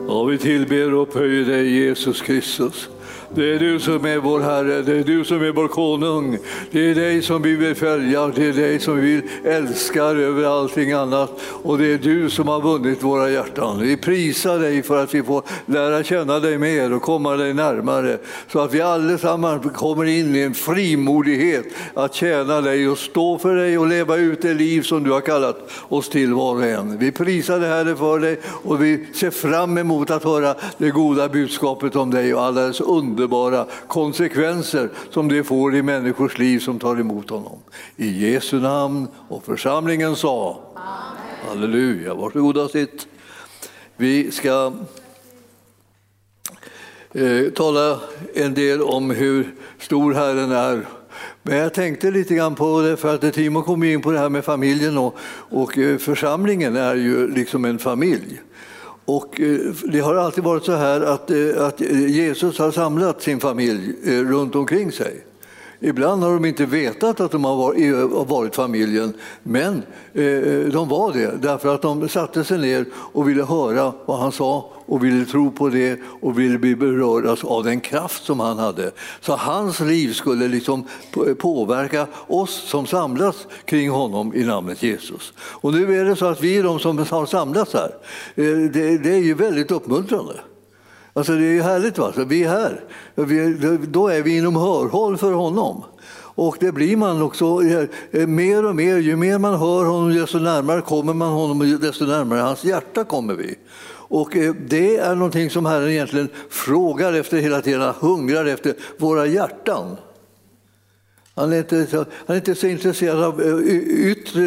Ja, vi tillber och upphöjer dig, Jesus Kristus. Det är du som är vår Herre, det är du som är vår konung. Det är dig som vi vill följa, det är dig som vi vill älska över allting annat. Och det är du som har vunnit våra hjärtan. Vi prisar dig för att vi får lära känna dig mer och komma dig närmare. Så att vi allesammans kommer in i en frimodighet att tjäna dig och stå för dig och leva ut det liv som du har kallat oss till var och en. Vi prisar det Herre för dig och vi ser fram emot att höra det goda budskapet om dig och alla dess underbara konsekvenser som det får i människors liv som tar emot honom. I Jesu namn, och församlingen sa amen. Halleluja, varsågoda sitt. Vi ska tala en del om hur stor Herren är. Men jag tänkte lite grann på det för att Timo kom in på det här med familjen och församlingen är ju liksom en familj. Och det har alltid varit så här att Jesus har samlat sin familj runt omkring sig. Ibland har de inte vetat att de har varit familjen, men de var det därför att de satte sig ner och ville höra vad han sa och ville tro på det och ville bli berördas av den kraft som han hade. Så hans liv skulle liksom påverka oss som samlas kring honom i namnet Jesus. Och nu är det så att vi är de som har samlats här. Det är ju väldigt uppmuntrande. Alltså det är ju härligt, va? Så vi är här. Då är vi inom hörhåll för honom. Och det blir man också mer och mer. Ju mer man hör honom, desto närmare kommer man honom och desto närmare hans hjärta kommer vi. Och det är någonting som Herren egentligen frågar efter hela tiden, hungrar efter våra hjärtan. Han är inte så intresserad av yttre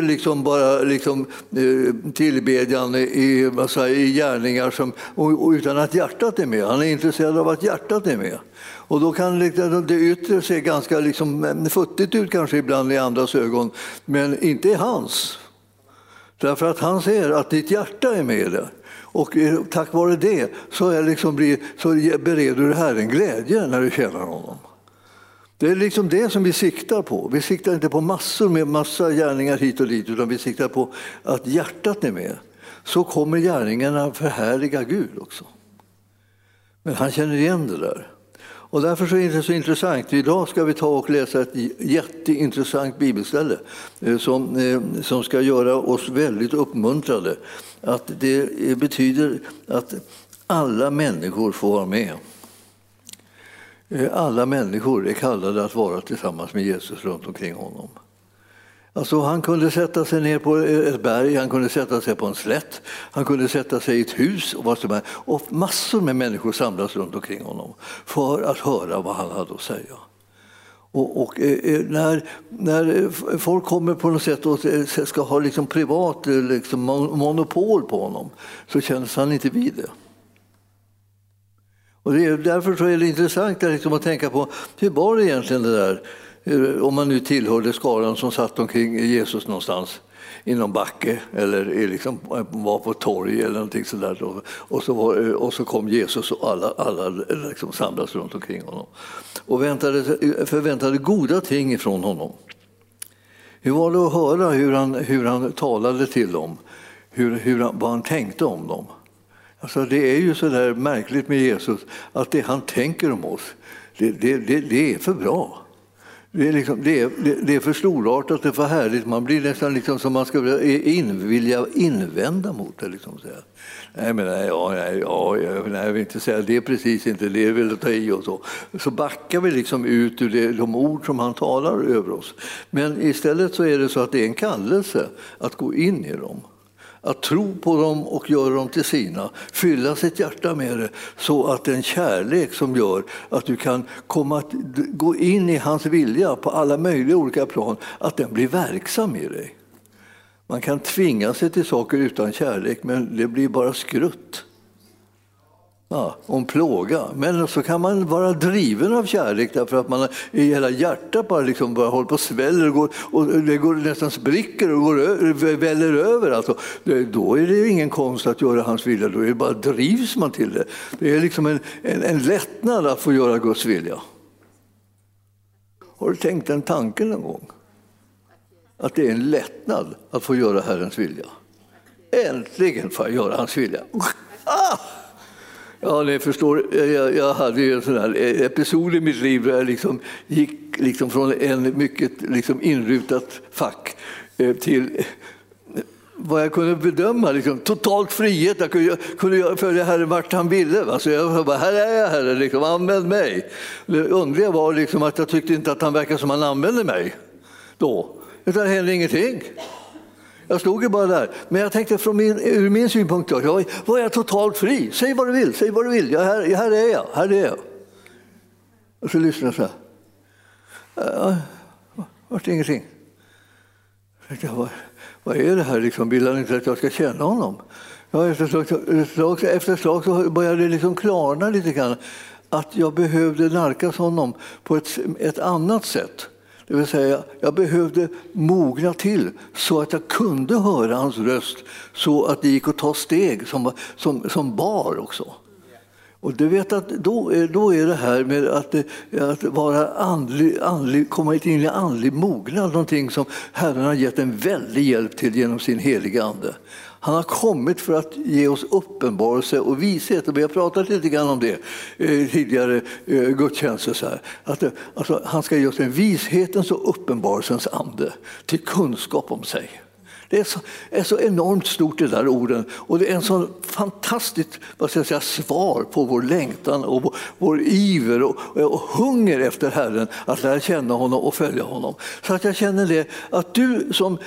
tillbedjan i gärningar utan att hjärtat är med. Han är intresserad av att hjärtat är med. Och då kan det yttre se ganska futtigt ut kanske ibland i andras ögon, men inte i hans. Därför att han ser att ditt hjärta är med där. Och tack vare det så bereder du Herren glädje när du känner honom. Det är liksom det som vi siktar på. Vi siktar inte på massa gärningar hit och dit, utan vi siktar på att hjärtat är med. Så kommer gärningarna förhärliga Gud också. Men han känner igen det där. Och därför så är det så intressant. Idag ska vi ta och läsa ett jätteintressant bibelställe som ska göra oss väldigt uppmuntrade. Att det betyder att alla människor får vara med. Alla människor är kallade att vara tillsammans med Jesus runt omkring honom. Alltså han kunde sätta sig ner på ett berg, han kunde sätta sig på en slätt, han kunde sätta sig i ett hus och vad som är. Och massor med människor samlas runt omkring honom för att höra vad han hade att säga. Och när folk kommer på något sätt och ska ha privat monopol på honom, så känns han inte vid det. Och därför så är det intressant att tänka på hur var det egentligen det där, om man nu tillhörde skaran som satt omkring Jesus någonstans i någon backe eller var på torg eller någonting sådär. Och så kom Jesus och alla samlades runt omkring honom och förväntade goda ting ifrån honom. Hur var det att höra hur han talade till dem, vad han tänkte om dem? Alltså det är ju så där märkligt med Jesus att det han tänker om oss, det är för bra. Det är för storartat, det är för härligt. Man blir nästan som man ska vilja invända mot det. Jag vill inte säga det, precis inte, det är väl att ta i och så. Så backar vi ut ur de ord som han talar över oss. Men istället så är det så att det är en kallelse att gå in i dem. Att tro på dem och göra dem till sina. Fylla sitt hjärta med det så att en kärlek som gör att du kan komma att gå in i hans vilja på alla möjliga olika plan, att den blir verksam i dig. Man kan tvinga sig till saker utan kärlek, men det blir bara skrutt. Om plåga. Men så kan man vara driven av kärlek därför att man i hela hjärtat bara håller på och sväller och det går nästan spricker och väller över. Alltså, då är det ingen konst att göra hans vilja, då är det bara drivs man till det. Det är en lättnad att få göra Guds vilja. Har du tänkt den tanken någon gång? Att det är en lättnad att få göra Herrens vilja. Äntligen får jag göra hans vilja. Ja, ni förstår, jag hade ju en sån här episod i mitt liv där jag gick från en mycket inrutat fack till vad jag kunde bedöma, totalt frihet. Jag kunde följa Herren vart han ville. Va? Så jag bara, här är jag Herre, använd mig. Det underliga var att jag tyckte inte att han verkade som han använde mig då. Utan det hände ingenting. Jag stod ju bara där. Men jag tänkte ur min synpunkt då, var jag totalt fri. Säg vad du vill, säg vad du vill. Här är jag. Och så lyssnade jag så här. Vart ingenting. Jag tänkte, vad är det här? Vill han inte att jag ska känna honom? Ja, efter ett slag så började det klarna lite grann att jag behövde nalkas honom på ett annat sätt. Det vill säga, jag behövde mogna till så att jag kunde höra hans röst så att det gick att ta steg som bar också. Och du vet att då är det här med att vara andlig, komma in i andlig mognad, någonting som Herren har gett en väldig hjälp till genom sin heliga ande. Han har kommit för att ge oss uppenbarelse och vishet. Och vi har pratat lite grann om det tidigare gudstjänster. Så här. Alltså, han ska ge oss en vishetens och uppenbarelsens ande till kunskap om sig. Det är så enormt stort det där orden. Och det är en så fantastiskt svar på vår längtan och vår iver och hunger efter Herren att lära känna honom och följa honom. Så att jag känner det att du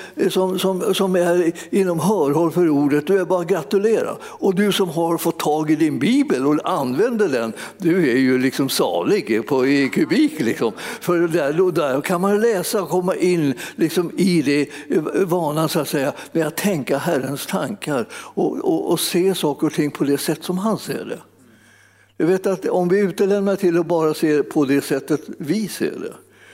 som är inom hörhåll för ordet, du är bara att gratulera. Och du som har fått tag i din bibel och använder den, du är ju salig i kubik. För där kan man läsa och komma in i det vanan så att säga, med att tänka Herrens tankar och se saker och ting på det sätt som han ser det. Jag vet att om vi utelämnar till att bara se på det sättet vi ser det,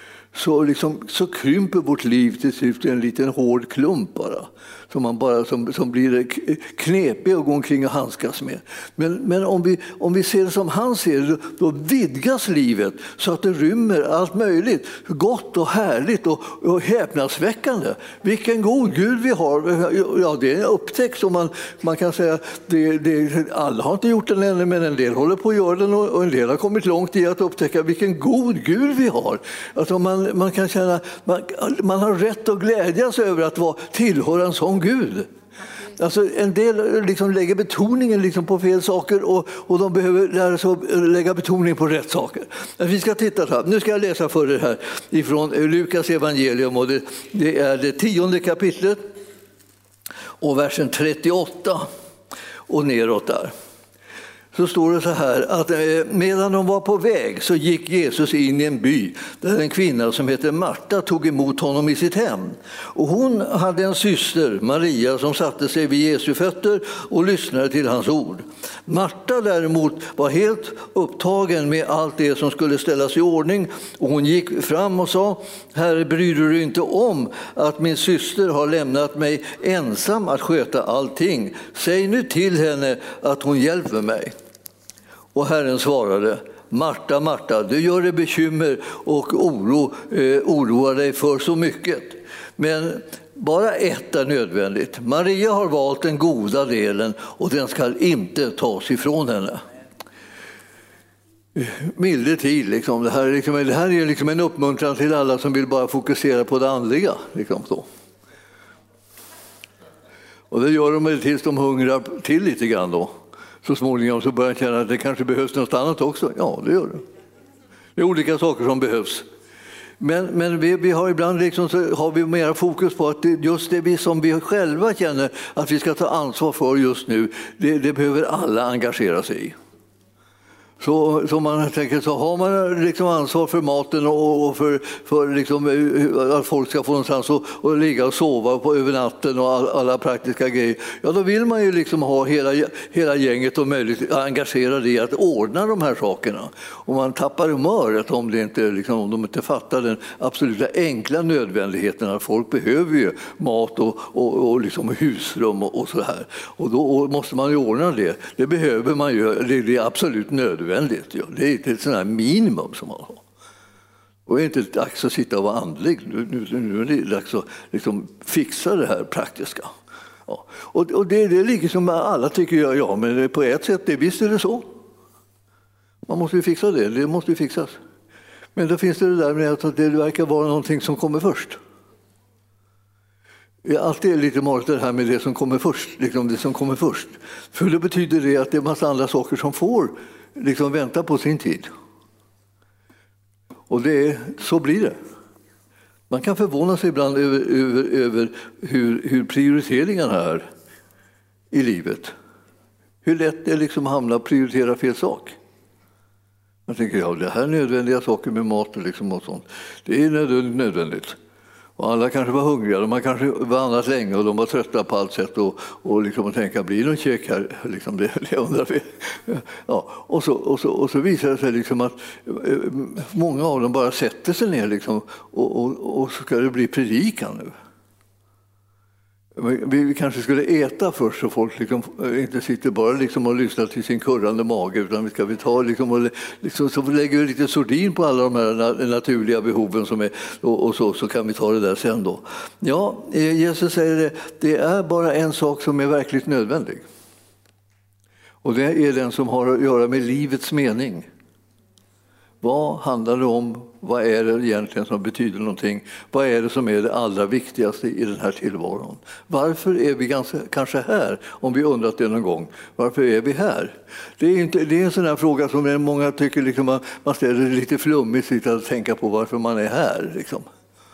så krymper vårt liv till slut en liten hård klump bara. Som blir knepig att gå omkring och handskas med. Men om vi ser det som han ser det, då vidgas livet så att det rymmer allt möjligt. Gott och härligt och häpnadsväckande. Vilken god Gud vi har. Ja, det är en upptäckt som man kan säga. Alla har inte gjort den ännu, men en del håller på att göra den och en del har kommit långt i att upptäcka vilken god Gud vi har. Alltså man kan känna man har rätt att glädjas över att tillhöra en sån Gud. Alltså en del lägger betoningen på fel saker och de behöver lära sig att lägga betoning på rätt saker. Vi ska titta så här. Nu ska jag läsa för er här ifrån Lukas evangelium och det är det 10:e kapitlet och versen 38 och neråt där. Så står det så här att medan de var på väg så gick Jesus in i en by där en kvinna som heter Marta tog emot honom i sitt hem. Och hon hade en syster, Maria, som satte sig vid Jesu fötter och lyssnade till hans ord. Marta däremot var helt upptagen med allt det som skulle ställas i ordning och hon gick fram och sa: Herre, bryr du dig inte om att min syster har lämnat mig ensam att sköta allting? Säg nu till henne att hon hjälper mig. Och Herren svarade: Marta, Marta, du gör dig bekymmer och oroar dig för så mycket. Men bara ett är nödvändigt. Maria har valt den goda delen och den ska inte tas ifrån henne. Milde tid, Det här är en uppmuntran till alla som vill bara fokusera på det andliga. Så. Och det gör de tills de hungrar till lite grann då. Så småningom så börjar jag känna att det kanske behövs något annat också. Ja, det gör det. Det är olika saker som behövs. Men vi har ibland så har vi mera fokus på att just det som vi själva känner att vi ska ta ansvar för just nu, det behöver alla engagera sig i. Så man tänker, så har man ansvar för maten och för att folk ska få någonstans och ligga och sova på över natten och alla praktiska grejer. Ja, då vill man ju ha hela gänget och möjligt engagerade i att ordna de här sakerna. Och man tappar humöret om de inte fattar den absoluta enkla nödvändigheten att folk behöver ju mat och husrum och så här. Och då måste man ju ordna det. Det behöver man ju. Det är absolut nödvändigt. Det är ett sånt här minimum som man har. Och det är inte dags att sitta och vara andlig. Nu är det dags att fixa det här praktiska. Ja. Och det är liksom alla tycker jag, ja, men på ett sätt, visst är det så. Man måste ju fixa det. Det måste ju fixas. Men då finns det där med att det verkar vara någonting som kommer först. Det är alltid lite marigt det här med det som kommer först. Liksom det som kommer först. För det betyder det att det är en massa andra saker som får liksom vänta på sin tid. Och så blir det. Man kan förvåna sig ibland över hur prioriteringarna är i livet. Hur lätt det är liksom att hamna och prioritera fel sak. Man tänker, det här är nödvändiga saker med mat och sånt. Det är nödvändigt. Och alla kanske var hungriga, de har kanske vandrat länge och de var trötta på allt sätt och liksom tänka, blir det någon käk här? Liksom det undrar vi. Ja, och så visar det sig liksom att många av dem bara sätter sig ner liksom, och så ska det bli predikan nu. Vi kanske skulle äta först så folk liksom inte sitter bara liksom och lyssnar till sin kurrande mage, utan vi ta liksom och liksom, så lägger vi lite sordin på alla de här naturliga behoven som är, och så kan vi ta det där sen då. Ja, Jesus säger det är bara en sak som är verkligt nödvändig. Och det är den som har att göra med livets mening. Vad handlar det om? Vad är det egentligen som betyder någonting? Vad är det som är det allra viktigaste i den här tillvaron? Varför är vi kanske här, om vi undrat det någon gång? Varför är vi här? Det är en sån här fråga som många tycker liksom man ställer lite flummigt att tänka på varför man är här. Liksom.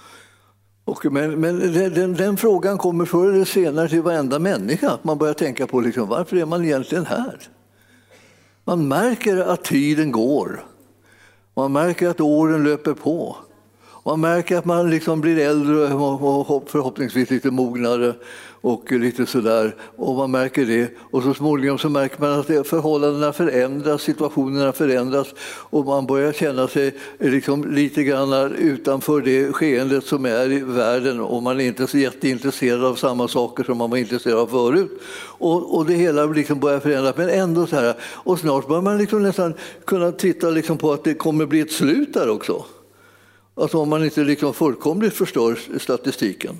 Men den frågan kommer förr eller senare till varenda människa. Man börjar tänka på liksom, varför är man egentligen här? Man märker att tiden går. Man märker att åren löper på. Man märker att man liksom blir äldre och förhoppningsvis lite mognare och lite sådär. Och man märker det. Och så småningom så märker man att förhållandena förändras, situationerna förändras. Och man börjar känna sig liksom lite grann utanför det skeendet som är i världen. Och man är inte så jätteintresserad av samma saker som man var intresserad av förut. Och det hela liksom börjar förändras. Men ändå så här. Och snart börjar man liksom nästan kunna titta liksom på att det kommer bli ett slut där också. Alltså om man inte liksom fullkomligt förstör statistiken.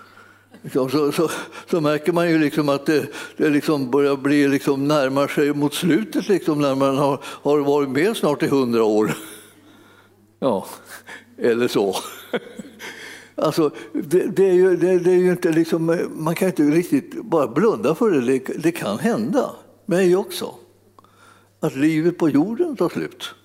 Så märker man ju liksom att det liksom börjar bli liksom närmar sig mot slutet liksom när man har varit med snart i 100 år. Ja, eller så. Alltså, det är ju inte liksom, man kan inte riktigt bara blunda för det. Det kan hända mig också. Att livet på jorden tar slut.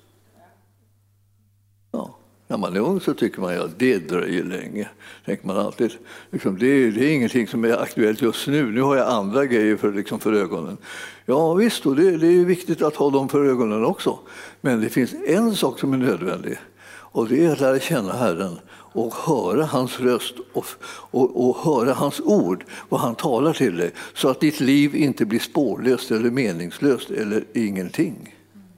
Ja. När man är ung så tycker man att det dröjer länge. Tänker man alltid. Liksom, det är ingenting som är aktuellt just nu. Nu har jag andra grejer för ögonen. Ja visst, och det är viktigt att ha dem för ögonen också. Men det finns en sak som är nödvändig. Och det är att lära känna Herren och höra hans röst och höra hans ord, vad han talar till dig. Så att ditt liv inte blir spårlöst eller meningslöst eller ingenting.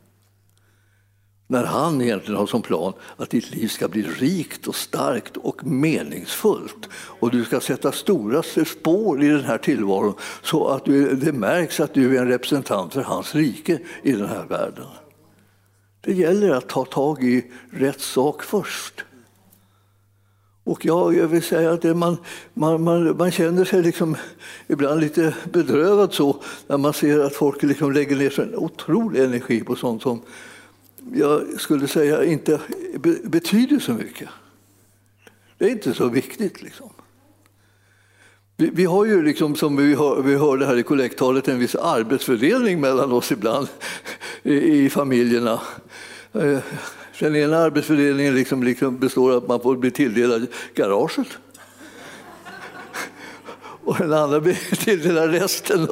När han egentligen har som plan att ditt liv ska bli rikt och starkt och meningsfullt. Och du ska sätta stora spår i den här tillvaron så att det märks att du är en representant för hans rike i den här världen. Det gäller att ta tag i rätt sak först. Och jag vill säga att man känner sig liksom ibland lite bedrövad så när man ser att folk liksom lägger ner så en otrolig energi på sånt som jag skulle säga inte betyder så mycket. Det är inte så viktigt. Liksom. Vi har ju, liksom, som vi hörde här i kollekttalet, en viss arbetsfördelning mellan oss ibland i familjerna. Den ena arbetsfördelningen liksom består av att man får bli tilldelad garaget. Och den andra blir tilldelad resten.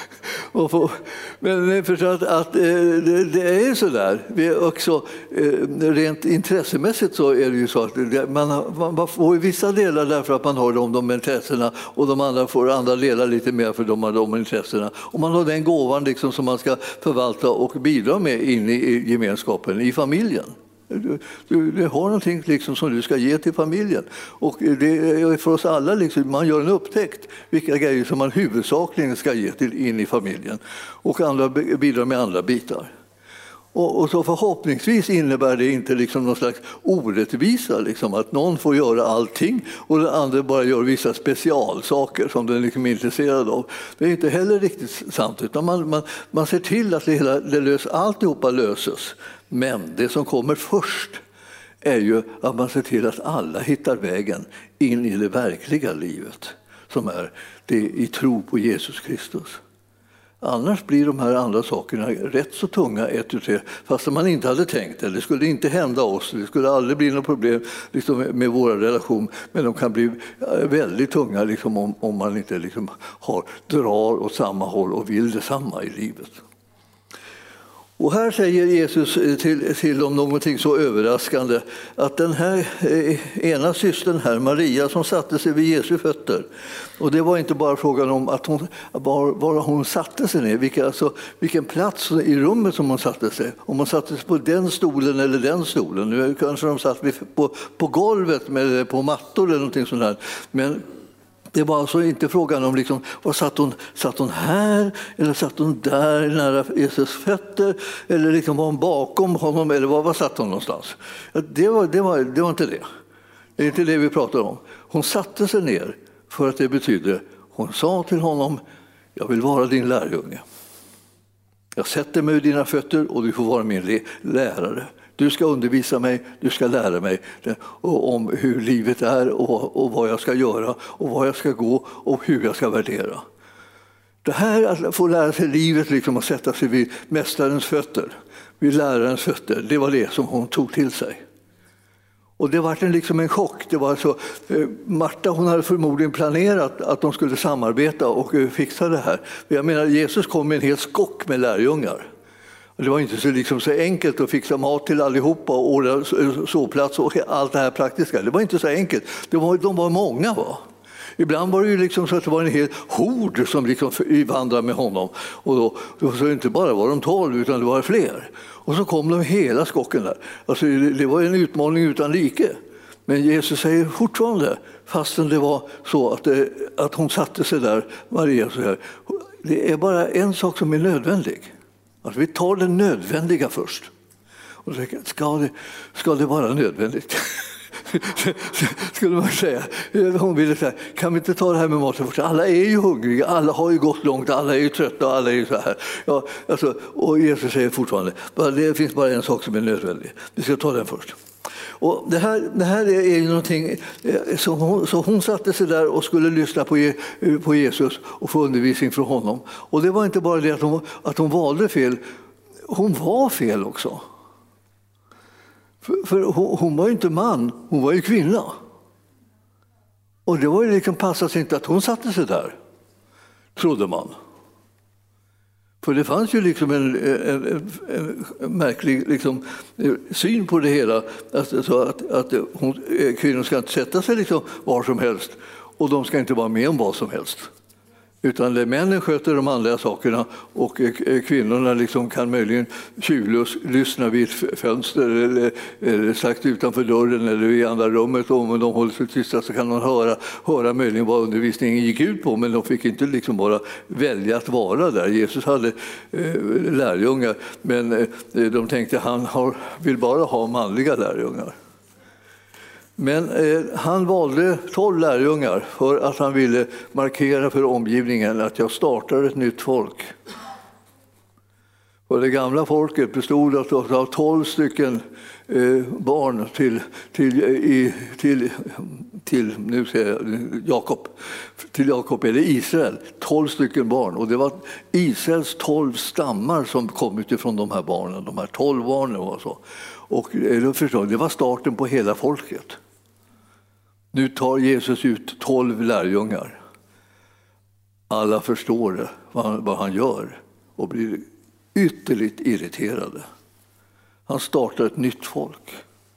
Men för att det är så där. Vi är också, rent intressemässigt så är det ju så att man får vissa delar därför att man har de intressena och de andra får andra delar lite mer för de intressena. Och man har den gåvan liksom som man ska förvalta och bidra med in i gemenskapen, i familjen. Du har någonting liksom som du ska ge till familjen. Och det är för oss alla, liksom, man gör en upptäckt vilka grejer som man huvudsakligen ska ge in i familjen. Och andra bidrar med andra bitar. Och så förhoppningsvis innebär det inte liksom någon slags orättvisa, liksom, att någon får göra allting och den andra bara gör vissa specialsaker som den liksom är intresserad av. Det är inte heller riktigt sant, utan man ser till att alltihopa löses. Men det som kommer först är ju att man ser till att alla hittar vägen in i det verkliga livet, som är det i tro på Jesus Kristus. Annars blir de här andra sakerna rätt så tunga, fast man inte hade tänkt det. Det skulle inte hända oss, det skulle aldrig bli något problem liksom, med våra relation, men de kan bli väldigt tunga liksom, om man inte liksom, drar åt samma håll och vill detsamma i livet. Och här säger Jesus till dem någonting så överraskande, att den här ena systern här, Maria, som satte sig vid Jesu fötter, och det var inte bara frågan om att var hon satte sig ner, vilken plats i rummet som hon satte sig, om hon satte sig på den stolen eller den stolen. Nu kanske de satt på golvet på mattor eller någonting sånt där, men det var alltså inte frågan om liksom, satt hon här eller satt hon där nära Jesus fötter, eller liksom var hon bakom honom, eller var satt hon någonstans. Det var inte det. Det är inte det vi pratar om. Hon satte sig ner för att det betydde, hon sa till honom, jag vill vara din lärjunge. Jag sätter mig vid dina fötter och du får vara min lärare. Du ska undervisa mig, du ska lära mig om hur livet är och vad jag ska göra och var jag ska gå och hur jag ska värdera. Det här att få lära sig livet liksom, och sätta sig vid mästarens fötter, vid lärarens fötter, det var det som hon tog till sig. Och det var liksom en chock. Det var så, Marta, hon hade förmodligen planerat att de skulle samarbeta och fixa det här. Jag menar, Jesus kom med en hel skock med lärjungar. Det var inte så enkelt att fixa mat till allihopa och ordna sovplats och allt det här praktiska. Det var inte så enkelt. De var många. Ibland var det ju liksom så att det var en hel hord som liksom vandrade med honom. Och då så inte bara var de 12 utan det var fler. Och så kom de hela skocken där. Alltså, det var en utmaning utan like. Men Jesus säger fortfarande, fastän det var så att hon satte sig där, Maria, så här, det är bara en sak som är nödvändig. Alltså, vi tar det nödvändiga först. Och så, ska det vara nödvändigt? Skulle man säga. Hon ville säga, kan vi inte ta det här med maten först? Alla är ju hungriga, alla har ju gått långt, alla är ju trötta, alla är ju så här. Ja, alltså, och Jesus säger fortfarande, det finns bara en sak som är nödvändig. Vi ska ta den först. Och det här är ju någonting, så hon satte sig där och skulle lyssna på Jesus och få undervisning från honom. Och det var inte bara det att hon valde fel, hon var fel också. För hon var ju inte man, hon var ju kvinna. Och det var ju liksom, passade sig inte att hon satte sig där, trodde man. För det fanns ju liksom en märklig liksom, syn på det hela. Alltså att kvinnor ska inte sätta sig liksom var som helst och de ska inte vara med om vad som helst. Utan männen sköter de andra sakerna och kvinnorna liksom kan möjligen tjuvlyssna vid ett fönster eller sagt utanför dörren eller i andra rummet. Och om de håller sig tysta så kan de höra möjligen vad undervisningen gick ut på, men de fick inte liksom bara välja att vara där. Jesus hade lärjungar, men de tänkte han vill bara ha manliga lärjungar. Men han valde 12 lärjungar för att han ville markera för omgivningen att jag startar ett nytt folk. Och det gamla folket bestod av 12 stycken barn till nu säger jag, Jakob eller Israel. 12 stycken barn. Och det var Israels 12 stammar som kom utifrån de här barnen. De här 12 barnen och så. Och det var starten på hela folket. Nu tar Jesus ut 12 lärjungar. Alla förstår vad han gör och blir ytterligt irriterade. Han startar ett nytt folk.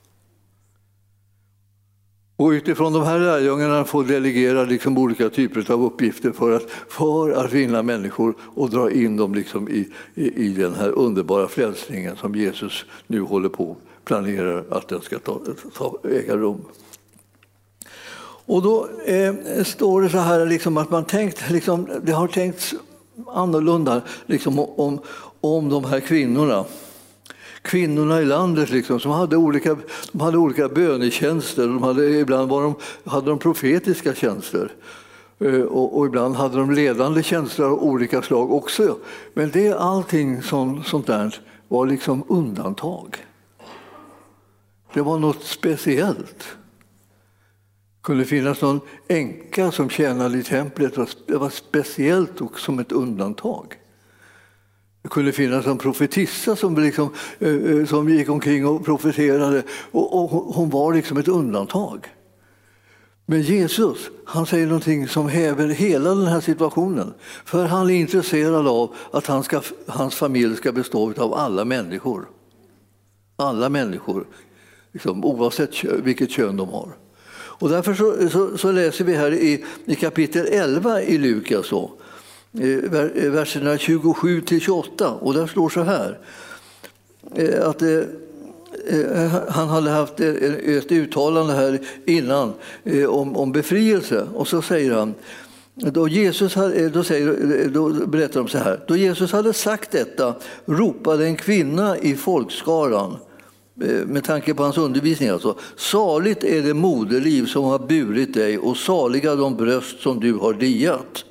Och utifrån de här lärjungarna får delegera liksom olika typer av uppgifter för att vinna människor och dra in dem liksom i den här underbara frälsningen som Jesus nu håller på och planerar att den ska äga rum. Och då står det så här liksom att det har tänkts annorlunda liksom om de här kvinnorna. kvinnorna i landet liksom, som hade olika bönetjänster. Ibland hade de profetiska tjänster. Och ibland hade de ledande tjänster av olika slag också. Men allting sånt där var liksom undantag. Det var något speciellt. Det kunde finnas någon änka som tjänade i templet. Det var speciellt och som ett undantag. Det kunde finnas en profetissa som gick omkring och profeterade. Och hon var liksom ett undantag. Men Jesus, han säger någonting som häver hela den här situationen. För han är intresserad av att hans familj ska bestå av alla människor. Alla människor, liksom, oavsett vilket kön de har. Och därför så läser vi här i kapitel 11 i Lukas, verserna 27-28. Och där står så här, att han hade haft ett uttalande här innan om befrielse. Och så säger han, då berättar de så här. Då Jesus hade sagt detta ropade en kvinna i folkskaran, med tanke på hans undervisning alltså: saligt är det moderliv som har burit dig och saliga de bröst som du har diat.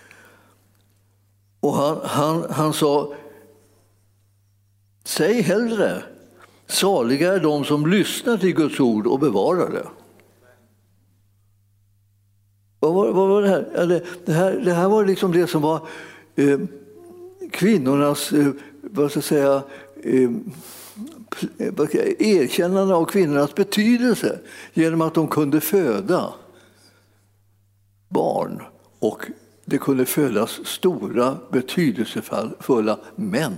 Och han sa, säg hellre, saliga är de som lyssnar till Guds ord och bevarar det. Vad var det här? Det här var liksom det som var kvinnornas, vad ska jag säga, erkännande av kvinnornas betydelse genom att de kunde föda barn, och det kunde födas stora betydelsefulla män.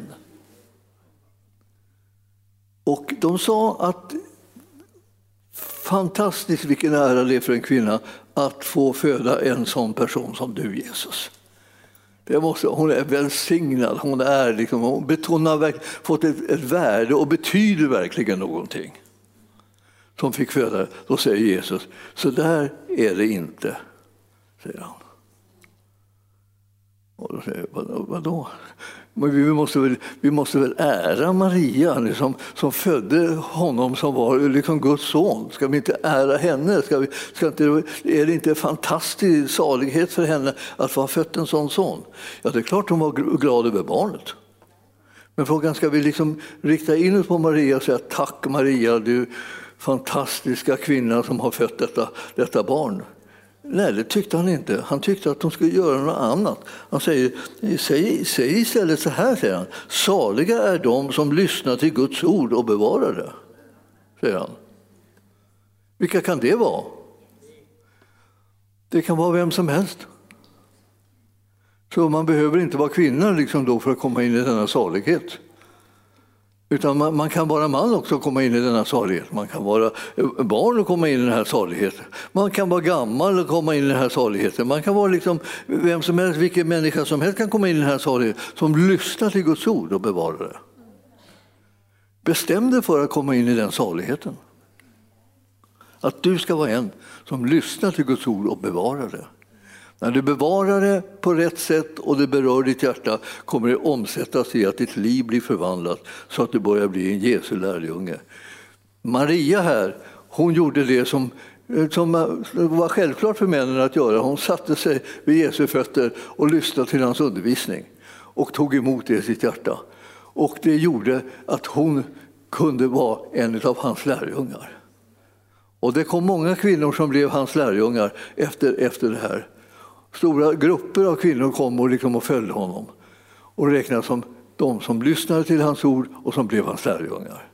Och de sa att fantastiskt vilken ära det är för en kvinna att få föda en sån person som du, Jesus. Hon är välsignad, hon har fått ett värde och betyder verkligen någonting. Som fick föda det. Då säger Jesus, så där är det inte, säger han. Och då säger jag, vadå? Men vi måste väl ära Maria som födde honom som var liksom Guds son. Ska vi inte ära henne? Är det inte fantastisk salighet för henne att få ha fött en sån son? Ja, det är klart hon var glad över barnet. Men frågan, ska vi liksom rikta in oss på Maria och säga tack Maria, du fantastiska kvinna som har fött detta barn? Nej, det tyckte han inte. Han tyckte att de skulle göra något annat. Han säger, säg istället så här, säger han. Saliga är de som lyssnar till Guds ord och bevarar det, säger han. Vilka kan det vara? Det kan vara vem som helst. Så man behöver inte vara kvinna liksom då för att komma in i denna salighet. Utan man kan vara man också komma in i denna salighet. Man kan vara barn och komma in i den här saligheten. Man kan vara gammal och komma in i den här saligheten. Man kan vara liksom vem som helst, vilken människa som helst kan komma in i den här saligheten. Som lyssnar till Guds ord och bevarar det. Bestäm dig för att komma in i den saligheten. Att du ska vara en som lyssnar till Guds ord och bevarar det. När du bevarar det på rätt sätt och det berör ditt hjärta kommer det omsättas i att ditt liv blir förvandlat så att du börjar bli en Jesu lärjunge. Maria här, hon gjorde det som var självklart för männen att göra. Hon satte sig vid Jesu fötter och lyssnade till hans undervisning och tog emot det i sitt hjärta. Och det gjorde att hon kunde vara en av hans lärjungar. Och det kom många kvinnor som blev hans lärjungar efter det här. Stora grupper av kvinnor kom och följde honom och räknades som de som lyssnade till hans ord och som blev hans lärjungar.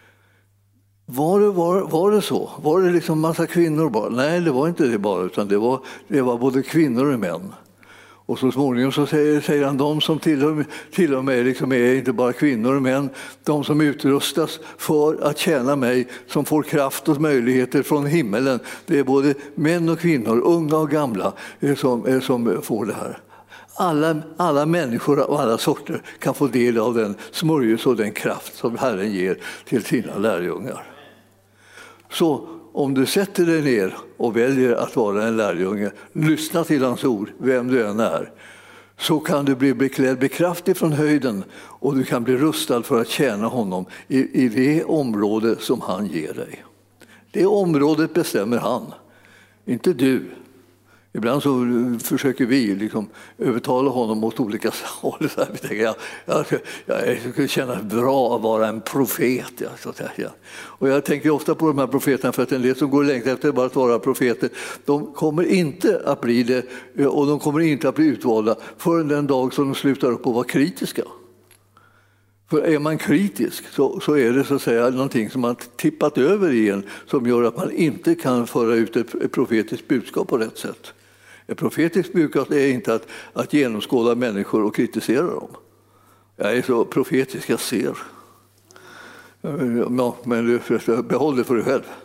Var det så? Var det liksom massa kvinnor bara? Nej, det var inte det bara, utan det var både kvinnor och män. Och så småningom så säger han, de som till och med liksom är inte bara kvinnor och män, de som utrustas för att tjäna mig, som får kraft och möjligheter från himmelen. Det är både män och kvinnor, unga och gamla, som får det här. Alla människor av alla sorter kan få del av den smörjelse och den kraft som Herren ger till sina lärjungar. Så om du sätter dig ner och väljer att vara en lärjunge, lyssna till hans ord, vem du än är, så kan du bli beklädd med kraft ifrån höjden och du kan bli rustad för att tjäna honom i det område som han ger dig. Det området bestämmer han, inte du. Ibland så försöker vi liksom övertala honom åt olika håll. Jag skulle känna bra att vara en profet. Och jag tänker ofta på de här profeterna, för att en del som går längst efter bara att vara profeter, de kommer inte att bli det, och de kommer inte att bli utvalda förrän den dag som de slutar upp att vara kritiska. För är man kritisk så är det så att säga någonting som man tippat över i en, som gör att man inte kan föra ut ett profetiskt budskap på rätt sätt. Ett profetiskt budskap är inte att genomskåda människor och kritisera dem. Jag är så profetisk, jag ser. Ja, men behåll det för dig själv.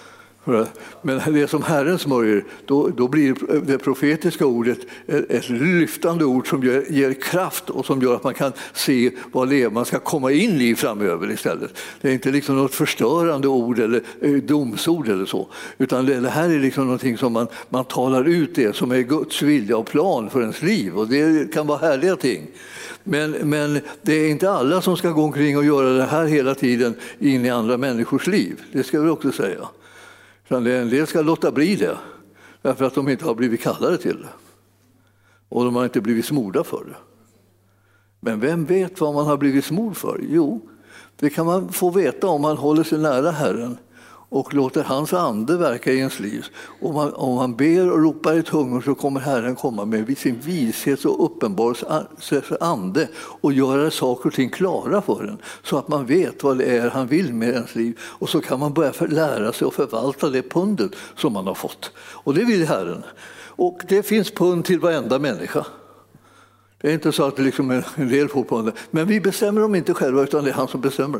Men det som Herren smörjer, då blir det profetiska ordet ett lyftande ord som ger kraft och som gör att man kan se vad man ska komma in i framöver istället. Det är inte liksom något förstörande ord eller domsord eller så, utan det här är liksom någonting som man talar ut, det som är Guds vilja och plan för ens liv, och det kan vara härliga ting. Men det är inte alla som ska gå omkring och göra det här hela tiden in i andra människors liv, det ska vi också säga. En del ska låta bli det därför att de inte har blivit kallade till det. Och de har inte blivit smorda för det. Men vem vet vad man har blivit smord för? Jo, det kan man få veta om man håller sig nära Herren och låter hans ande verka i ens liv. Om man ber och ropar i tungor så kommer Herren komma med sin vishet och uppenbarelse ande och göra saker och ting klara för en, så att man vet vad det är han vill med ens liv. Och så kan man börja lära sig och förvalta det pundet som man har fått. Och det vill Herren. Och det finns pund till varenda människa. Det är inte så att det liksom är en del får pund. Men vi bestämmer dem inte själva, utan det är han som bestämmer det.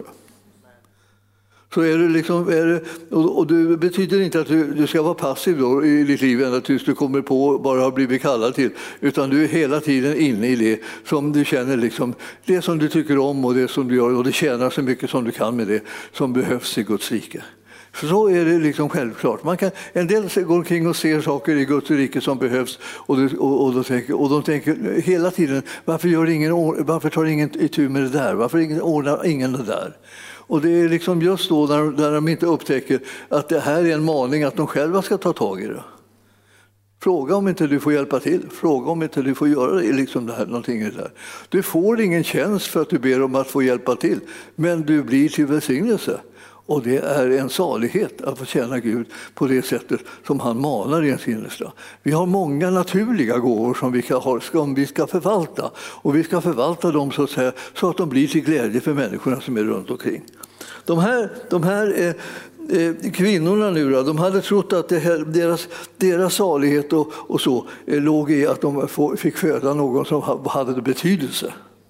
Så är det liksom, och det betyder inte att du ska vara passiv då i ditt liv ända tills du kommer på bara har blivit kallad till, utan du är hela tiden inne i det som du känner, liksom, det som du tycker om och det som du gör, och det tjänar så mycket som du kan med det som behövs i Guds rike. Så är det liksom självklart. En del går omkring och ser saker i Guds rike som behövs, och de tänker hela tiden, varför tar ingen itu med det där? Varför ordnar ingen det där? Och det är liksom just då när de inte upptäcker att det här är en maning att de själva ska ta tag i det. Fråga om inte du får hjälpa till. Fråga om inte du får göra det, liksom det här, någonting där. Du får ingen tjänst för att du ber om att få hjälpa till, men du blir till välsignelse. Och det är en salighet att få tjäna Gud på det sättet som han manar i ens innersta. Vi har många naturliga gåvor som vi ska förvalta. Och vi ska förvalta dem så att säga, så att de blir till glädje för människorna som är runt omkring. De här kvinnorna nu då, de hade trott att deras salighet och så låg i att de fick föda någon som hade betydelse.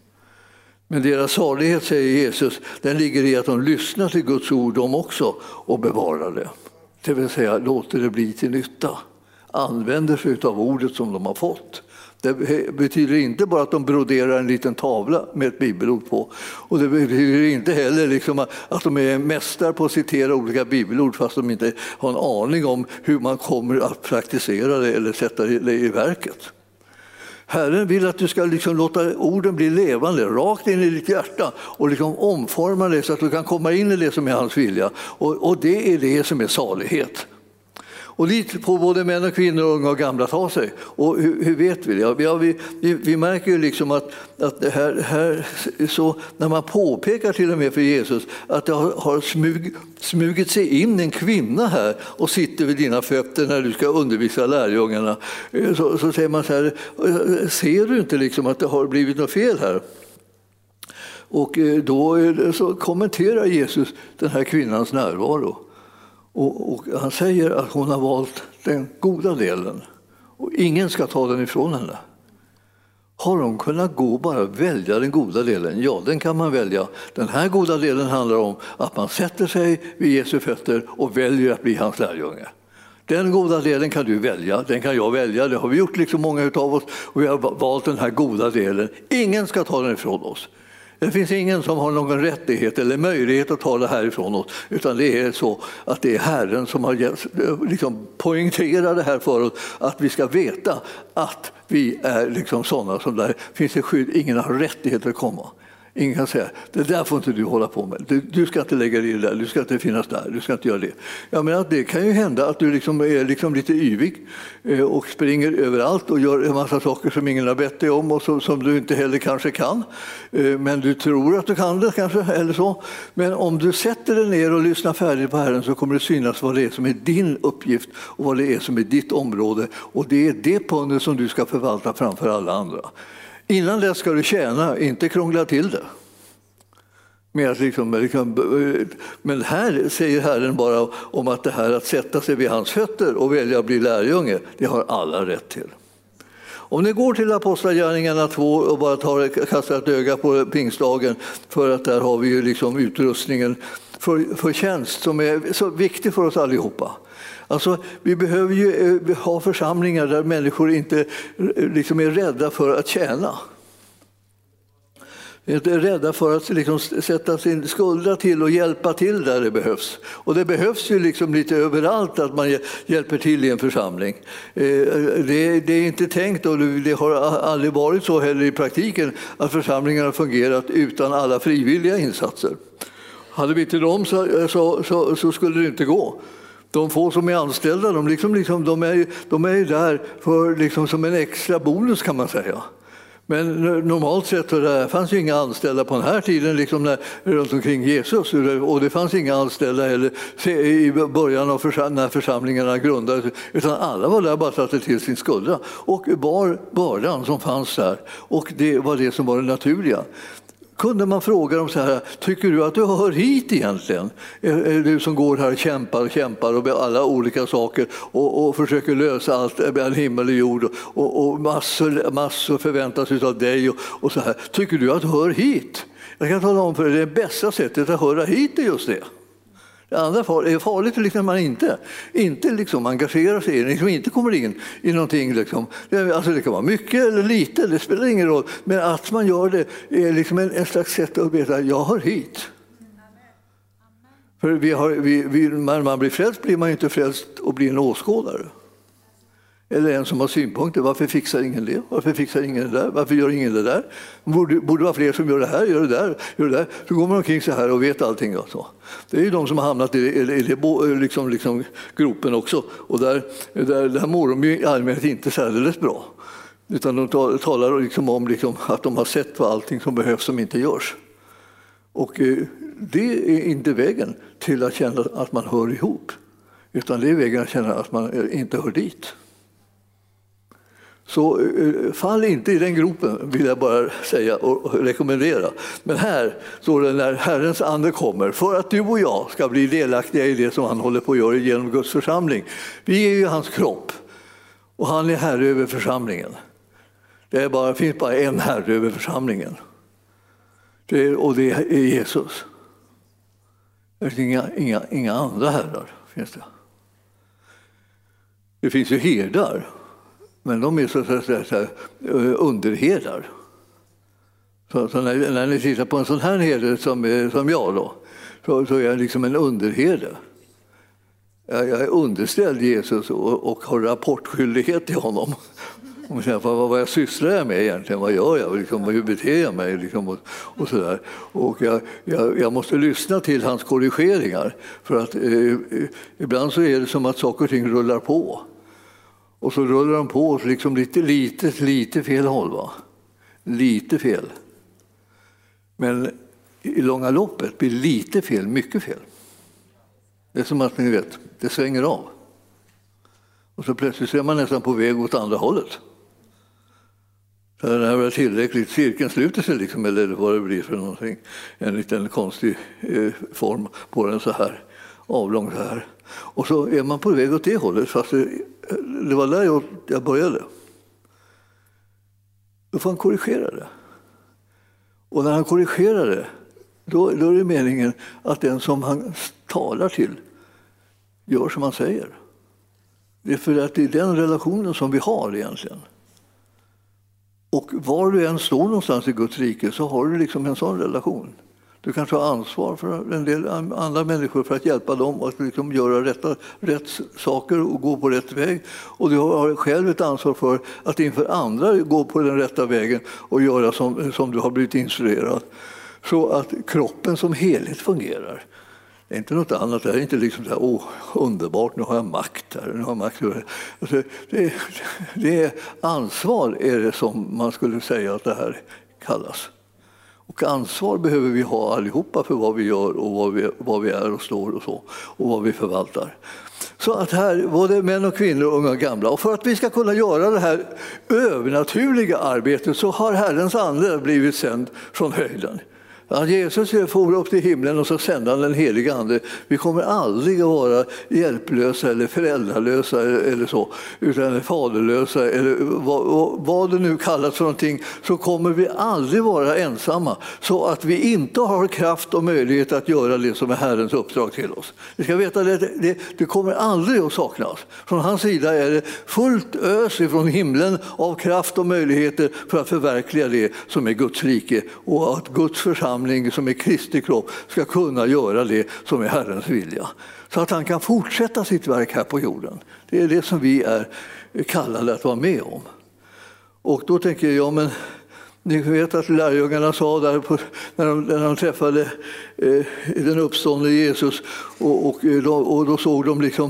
Men deras salighet, säger Jesus, den ligger i att de lyssnar till Guds ord de också och bevarar det. Det vill säga låter det bli till nytta. Använder sig av ordet som de har fått. Det betyder inte bara att de broderar en liten tavla med ett bibelord på. Och det betyder inte heller liksom att de är mästare på att citera olika bibelord fast de inte har en aning om hur man kommer att praktisera det eller sätta det i verket. Herren vill att du ska liksom låta orden bli levande, rakt in i ditt hjärta och liksom omforma det så att du kan komma in i det som är hans vilja. Och det är det som är salighet. Och dit på både män och kvinnor, unga och gamla tar sig. Och hur vet vi det? Vi märker ju liksom att det här så när man påpekar till och med för Jesus att det har smugit sig in en kvinna här och sitter vid dina fötter när du ska undervisa lärjungarna, så säger man så här: ser du inte liksom att det har blivit något fel här? Och då så kommenterar Jesus den här kvinnans närvaro. Och han säger att hon har valt den goda delen och ingen ska ta den ifrån henne. Har hon kunnat bara välja den goda delen? Ja, den kan man välja. Den här goda delen handlar om att man sätter sig vid Jesu fötter och väljer att bli hans lärjunge. Den goda delen kan du välja, den kan jag välja, det har vi gjort liksom många av oss, och vi har valt den här goda delen. Ingen ska ta den ifrån oss. Det finns ingen som har någon rättighet eller möjlighet att ta det härifrån oss, utan det är så att det är Herren som har liksom poängterat det här för oss, att vi ska veta att vi är liksom sådana som där finns det skydd, ingen har rättighet att komma. Ingen kan säga, det där får inte du hålla på med. Du ska inte lägga dig i det där, du ska inte finnas där, du ska inte göra det. Jag menar att det kan ju hända att du liksom är liksom lite yvig och springer överallt och gör en massa saker som ingen har bett dig om och som du inte heller kanske kan. Men du tror att du kan det kanske, eller så. Men om du sätter dig ner och lyssnar färdigt på Herren så kommer det synas vad det är som är din uppgift och vad det är som är ditt område. Och det är det pundet som du ska förvalta framför alla andra. Innan det ska du tjäna, inte krångla till det. Men här säger Herren bara om att det här att sätta sig vid hans fötter och välja att bli lärjunge, det har alla rätt till. Om ni går till Apostlagärningarna 2 och bara kastar ett öga på pingstdagen, för att där har vi ju liksom utrustningen för tjänst som är så viktig för oss allihopa. Alltså, vi behöver ju ha församlingar där människor inte liksom är rädda för att tjäna. Inte är rädda för att liksom sätta sin skuldra till och hjälpa till där det behövs. Och det behövs ju liksom lite överallt att man hjälper till i en församling. Det är inte tänkt, och det har aldrig varit så heller i praktiken, att församlingarna har fungerat utan alla frivilliga insatser. Hade vi inte dem så skulle det inte gå. De få som är anställda, de är ju där för liksom som en extra bonus, kan man säga. Men normalt sett så det fanns ju inga anställda på den här tiden liksom runt omkring Jesus, och det fanns inga anställda heller i början av när församlingarna grundades, utan alla var där bara att ta till sin skuldra och bar bördan som fanns där, och det var det som var det naturliga. Kunde man fråga dem så här, tycker du att du hör hit egentligen? Du som går här och kämpar och med alla olika saker och försöker lösa allt mellan himmel och jord och massor förväntas av dig och så här. Tycker du att du hör hit? Jag kan tala om för dig, det bästa sättet att höra hit är just det. Det andra är farligt liksom man inte liksom engagerar sig, liksom inte kommer in i någonting. Liksom. Alltså det kan vara mycket eller lite, det spelar ingen roll. Men att man gör det är liksom en slags sätt att veta att jag hör hit. För när man blir frälst blir man inte frälst och blir en åskådare. Eller en som har synpunkter. Varför fixar ingen det? Varför fixar ingen det där? Varför gör ingen det där? Borde vara fler som gör det här, gör det där, gör det där. Så går man omkring så här och vet allting. Alltså. Det är ju de som har hamnat i liksom gropen också. Och där mår de ju i allmänhet inte särskilt bra. Utan de talar liksom om att de har sett vad allting som behövs som inte görs. Och det är inte vägen till att känna att man hör ihop. Utan det är vägen att känna att man inte hör dit. Så fall inte i den gropen, vill jag bara säga och rekommendera. Men här står det, när Herrens ande kommer, för att du och jag ska bli delaktiga i det som han håller på att göra genom Guds församling. Vi är ju hans kropp och han är herre över församlingen. Det finns bara en herre över församlingen. Och det är Jesus. Det finns inga andra herrar. Finns det. Det finns ju herdar. Men de är så underherdar. Så när ni tittar på en sån här herde som jag då, så är jag liksom en underherde. Jag är underställd Jesus och har rapportskyldighet till honom. Vad jag sysslar med egentligen, vad gör jag, liksom, hur beter jag mig liksom, och så där. Och jag måste lyssna till hans korrigeringar, för att ibland så är det som att saker och ting rullar på. Och så rullar de på liksom lite fel håll, va? Lite fel. Men i långa loppet blir lite fel mycket fel. Det är som att ni vet, det svänger av. Och så plötsligt är man nästan på väg åt andra hållet. Så när det var tillräckligt, cirkeln sluter sig liksom, eller vad det blir för någonting. En liten konstig form på den så här, avlång så här. Och så är man på väg åt det hållet, fast det var där jag började. Då får han korrigera det. Och när han korrigerar det, då är det meningen att den som han talar till gör som han säger. Det är för att det är den relationen som vi har egentligen. Och var du än står någonstans i Guds rike så har du liksom en sån relation. Du kan ta ansvar för en del andra människor för att hjälpa dem att liksom göra rätt saker och gå på rätt väg. Och du har själv ett ansvar för att inför andra gå på den rätta vägen och göra som du har blivit instruerad. Så att kroppen som helhet fungerar. Det är inte något annat. Det är inte liksom så här, underbart, nu har jag makt här. Nu har jag makt. Alltså, det är ansvar är det som man skulle säga att det här kallas. Och ansvar behöver vi ha allihopa för vad vi gör och vad vi är och står och så. Och vad vi förvaltar. Så att här var det män och kvinnor, unga och gamla. Och för att vi ska kunna göra det här övernaturliga arbetet så har Herrens ande blivit sänd från höjden. Ja, Jesus for upp till himlen och så sände han den heliga ande. Vi kommer aldrig att vara hjälplösa eller föräldralösa eller så, utan faderlösa eller vad det nu kallas för någonting, så kommer vi aldrig vara ensamma så att vi inte har kraft och möjlighet att göra det som är Herrens uppdrag till oss. Vi ska veta det kommer aldrig att saknas. Från hans sida är det fullt ös ifrån himlen av kraft och möjligheter för att förverkliga det som är Guds rike och att Guds församling som är Kristi kropp ska kunna göra det som är Herrens vilja. Så att han kan fortsätta sitt verk här på jorden. Det är det som vi är kallade att vara med om. Och då tänker jag, men ni vet att lärjungarna sa där när de träffade den uppståndne Jesus och då såg de liksom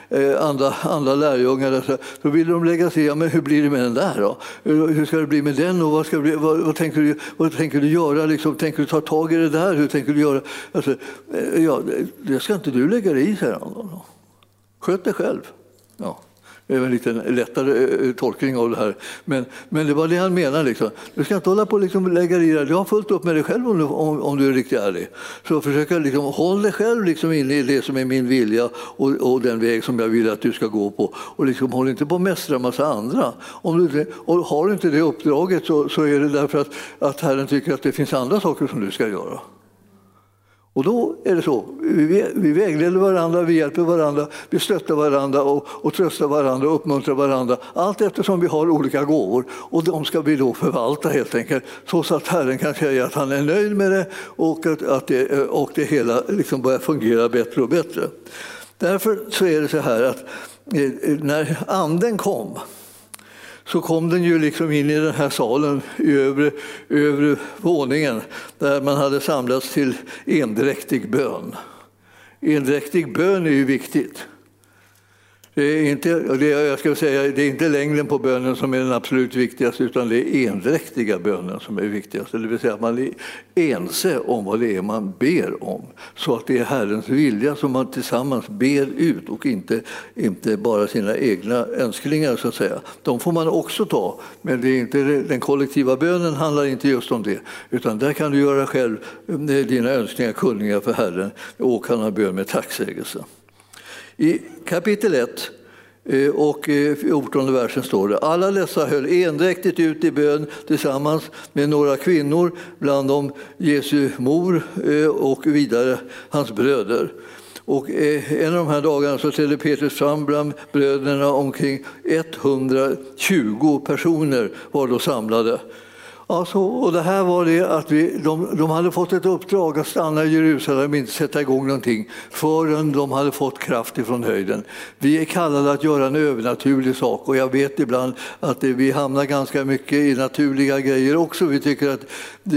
andra lärjungar. Då ville de lägga sig, ja, men hur blir det med den där då? Hur ska det bli med den och vad tänker du göra? Liksom, tänker du ta tag i det där? Hur tänker du göra? Alltså, ja, det ska inte du lägga dig i, säger han. Sköt dig själv. Ja. Det är en lite lättare tolkning av det här. Men det var det han menar. Liksom. Du ska inte hålla på och lägga i det. Du har fullt upp med dig själv om du är riktigt ärlig. Så försök hålla dig själv inne i det som är min vilja och den väg som jag vill att du ska gå på. Och håll inte på att mästra en massa andra. Och har du inte det uppdraget så är det därför att Herren tycker att det finns andra saker som du ska göra. Och då är det så, vi vägleder varandra, vi hjälper varandra, vi stöttar varandra och tröstar varandra och uppmuntrar varandra. Allt eftersom vi har olika gåvor och de ska vi då förvalta helt enkelt. Så att Herren kan säga att han är nöjd med det och att det hela liksom börjar fungera bättre och bättre. Därför så är det så här att när anden kom, så kom den ju in i den här salen i övre våningen där man hade samlats till endräktig bön. Endräktig bön är ju viktigt. Det är inte längden på bönen som är den absolut viktigaste, utan det är endräktiga bönen som är viktigast. Det vill säga att man är ense om vad det är man ber om. Så att det är Herrens vilja som man tillsammans ber ut och inte bara sina egna önskningar så att säga. De får man också ta, men det är inte, den kollektiva bönen handlar inte just om det. Utan där kan du göra själv dina önskningar kunniga för Herren och kan ha bön med tacksägelse. I kapitel 1 och 14 versen står det: alla dessa höll endräktigt ut i bön tillsammans med några kvinnor, bland dem Jesu mor och vidare hans bröder. Och en av de här dagarna så trädde Petrus fram bland bröderna, omkring 120 personer var då samlade. Alltså, och det här var det att de hade fått ett uppdrag att stanna i Jerusalem och inte sätta igång någonting förrän de hade fått kraft ifrån höjden. Vi är kallade att göra en övernaturlig sak och jag vet ibland att vi hamnar ganska mycket i naturliga grejer också. Vi tycker att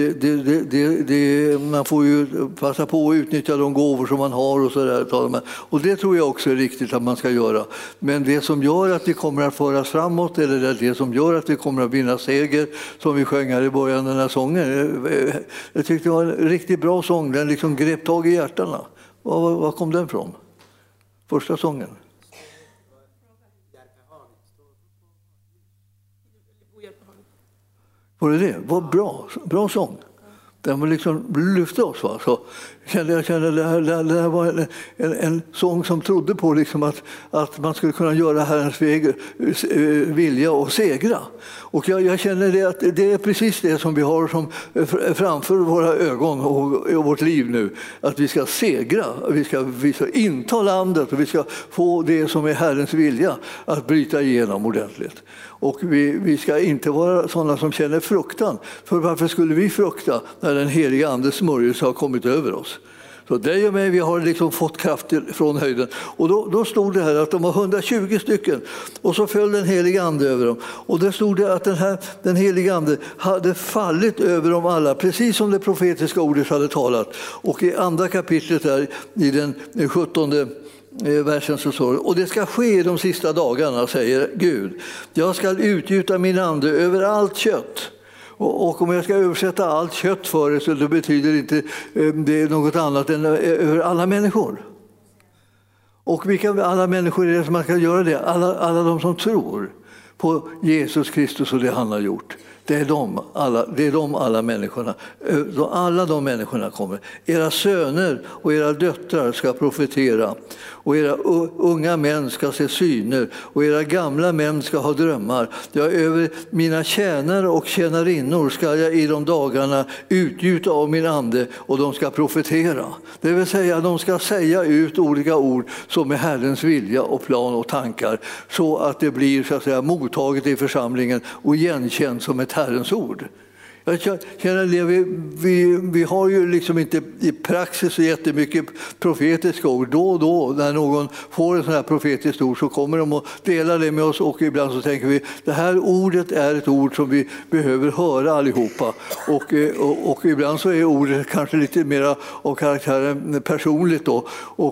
man får ju passa på att utnyttja de gåvor som man har och sådär. Och det tror jag också är riktigt att man ska göra. Men det som gör att vi kommer att föras framåt, eller det som gör att vi kommer att vinna seger, som vi sjöng i början av den här sången. Jag tyckte det var en riktigt bra sång. Den liksom grep tag i hjärtarna. Var kom den från? Första sången. Var det det? Var bra sång. Den liksom lyfte oss. Va? Så jag kände det här var en sång som trodde på liksom att man skulle kunna göra Herrens vilja och segra. Och jag känner det att det är precis det som vi har som framför våra ögon och vårt liv nu. Att vi ska segra, vi ska inta landet och vi ska få det som är Herrens vilja att bryta igenom ordentligt. Och vi ska inte vara sådana som känner fruktan. För varför skulle vi frukta när den heliga andes smörjelse har kommit över oss? Så dig och mig, vi har liksom fått kraft från höjden. Och då stod det här att de var 120 stycken. Och så föll den heliga ande över dem. Och det stod det att den heliga ande hade fallit över dem alla. Precis som det profetiska ordet hade talat. Och i andra kapitlet där, i den 17:e versen så står det: och det ska ske de sista dagarna, säger Gud. Jag ska utgjuta min ande över allt kött. Och om jag ska översätta allt kött för det, så det betyder inte det något annat än över alla människor. Och vilka alla människor är det som man ska göra det? Alla de som tror på Jesus Kristus och det han har gjort. Det är de alla människorna. Alla de människorna kommer. Era söner och era döttrar ska profetera. Och era unga män ska se syner. Och era gamla män ska ha drömmar. Ja, över mina tjänare och tjänarinnor ska jag i de dagarna utgjuta av min ande. Och de ska profetera. Det vill säga, de ska säga ut olika ord som är Herrens vilja och plan och tankar. Så att det blir, så att säga, mottaget i församlingen och igenkänt som ett Herrens ord. Jag känner det, vi har ju liksom inte i praxis så jättemycket profetiska ord. Då och då när någon får en sån här profetiskt ord så kommer de att dela det med oss, och ibland så tänker vi det här ordet är ett ord som vi behöver höra allihopa. Och ibland så är ordet kanske lite mer av karaktären personligt då.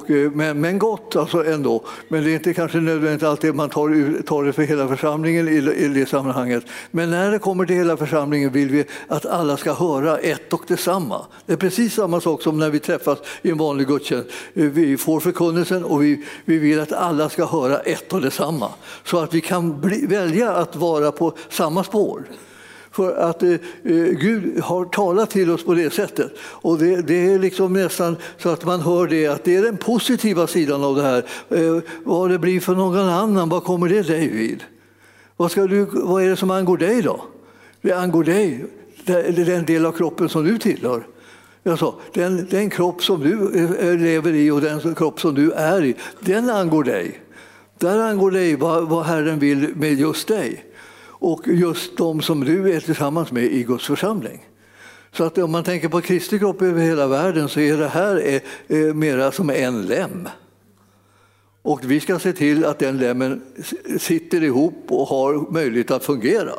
Men gott alltså ändå. Men det är inte kanske nödvändigt alltid man tar det för hela församlingen i det sammanhanget. Men när det kommer till hela församlingen vill vi att alla ska höra ett och detsamma. Det är precis samma sak som när vi träffas i en vanlig gudstjänst. Vi får förkunnelsen och vi vill att alla ska höra ett och detsamma. Så att vi kan välja att vara på samma spår. För att Gud har talat till oss på det sättet. Och det är liksom nästan så att man hör det, att det är den positiva sidan av det här. Vad det blir för någon annan, vad kommer det dig vid? Vad är det som angår dig då? Det angår dig. Det är den del av kroppen som du tillhör. Alltså, den kropp som du lever i och den kropp som du är i, den angår dig. Där angår dig vad Herren vill med just dig. Och just de som du är tillsammans med i Guds församling. Så att om man tänker på Kristi kropp över hela världen så är det här mera som en lem. Och vi ska se till att den lemmen sitter ihop och har möjlighet att fungera.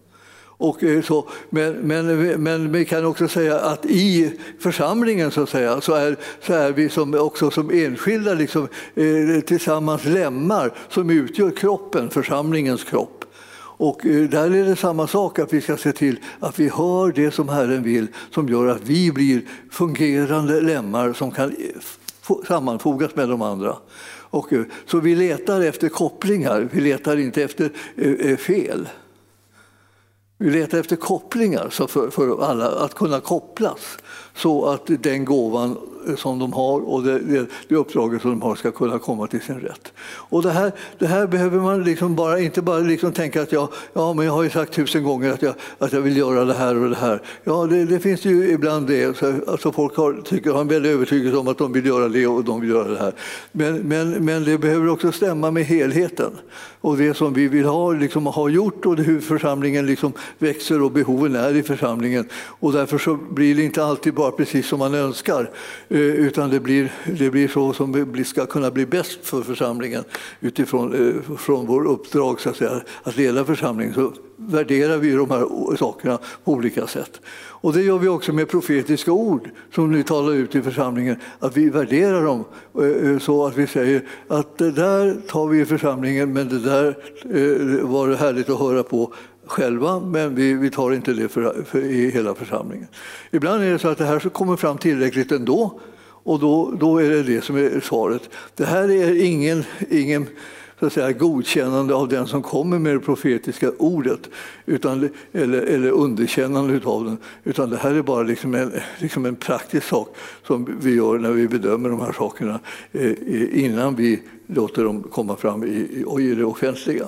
Men vi kan också säga att i församlingen så är vi också som enskilda liksom, tillsammans lemmar som utgör kroppen, församlingens kropp. Och där är det samma sak, att vi ska se till att vi hör det som Herren vill, som gör att vi blir fungerande lemmar som kan sammanfogas med de andra. Så vi letar efter kopplingar, vi letar inte efter fel. Vi letar efter kopplingar så för alla att kunna kopplas så att den gåvan som de har och det uppdraget som de har ska kunna komma till sin rätt. Och det här behöver man liksom inte bara liksom tänka att men jag har ju sagt 1000 gånger att jag vill göra det här och det här. Ja, det finns ju ibland det. Alltså folk har en väldigt övertygelse om att de vill göra det och de vill göra det här. Men det behöver också stämma med helheten. Och det som vi vill ha gjort och hur församlingen liksom växer och behoven är i församlingen. Och därför så blir det inte alltid bara precis som man önskar. Utan det blir så som det ska kunna bli bäst för församlingen från vår uppdrag så att säga, att leda församlingen. Så värderar vi de här sakerna på olika sätt. Och det gör vi också med profetiska ord som ni talar ut i församlingen. Att vi värderar dem så att vi säger att det där tar vi i församlingen, men det där var det härligt att höra på själva, men vi tar inte det för i hela församlingen. Ibland är det så att det här så kommer fram tillräckligt ändå, och då är det som är svaret. Det här är ingen så att säga, godkännande av den som kommer med det profetiska ordet eller underkännande av den, utan det här är bara liksom en praktisk sak som vi gör när vi bedömer de här sakerna innan vi låter dem komma fram i det offentliga.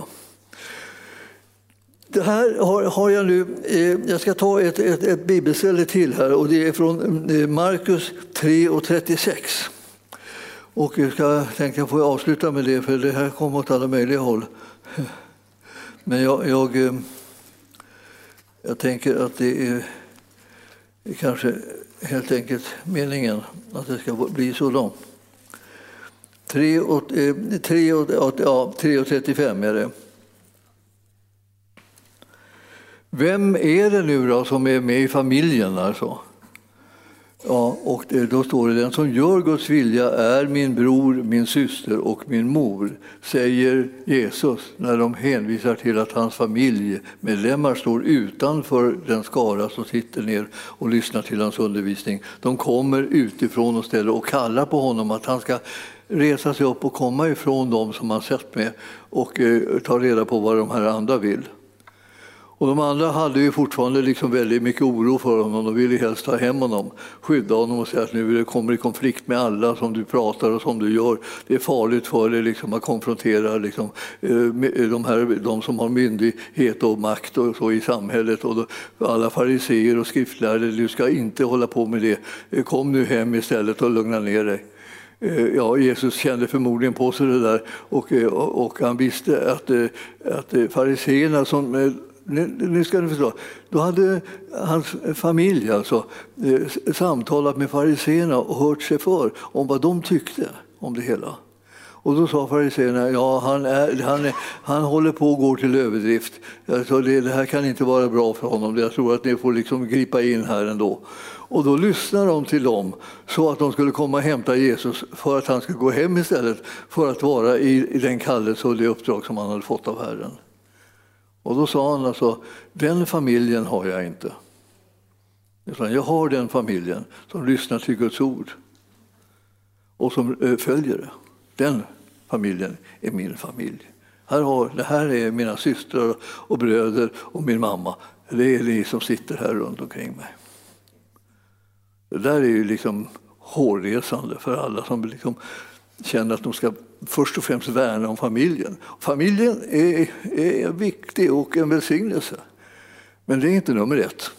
Det här har jag nu. Jag ska ta ett bibelställe till här, och det är från Markus 3:36. Och jag tänkte få avsluta med det, för det här kommer åt alla möjliga håll. Men jag tänker att det är kanske helt enkelt meningen att det ska bli så långt. 3:35 är det. Vem är det nu då som är med i familjen? Alltså? Ja, och då står det: den som gör Guds vilja är min bror, min syster och min mor, säger Jesus när de hänvisar till att hans familjemedlemmar står utanför den skara som sitter ner och lyssnar till hans undervisning. De kommer utifrån och ställer och kallar på honom att han ska resa sig upp och komma ifrån dem som han sett med och ta reda på vad de här andra vill. Och de andra hade ju fortfarande liksom väldigt mycket oro för honom. De ville helst ta hem honom, skydda honom och säga att nu kommer i konflikt med alla som du pratar och som du gör. Det är farligt för dig liksom att konfrontera liksom, de som har myndighet och makt och så i samhället. Och alla fariseer och skriftlärare, du ska inte hålla på med det. Kom nu hem istället och lugna ner dig. Ja, Jesus kände förmodligen på sig det där och han visste att fariseerna som... Nu ska ni förstå, då hade hans familj alltså samtalat med fariseerna och hört sig för om vad de tyckte om det hela. Och då sa fariseerna, ja, han håller på att gå till överdrift. Alltså, det här kan inte vara bra för honom. Jag tror att ni får liksom gripa in här ändå. Och då lyssnade de till dem så att de skulle komma och hämta Jesus för att han skulle gå hem istället för att vara i den kallelse och det uppdrag som han hade fått av Herren. Och då sa han alltså, den familjen har jag inte. Jag har den familjen som lyssnar till Guds ord och som följer det. Den familjen är min familj. Det här är mina systrar och bröder och min mamma. Det är ni som sitter här runt omkring mig. Det där är ju liksom hårresande för alla som liksom känner att de ska först och främst värna om familjen. Familjen är viktig och en välsignelse. Men det är inte nummer ett.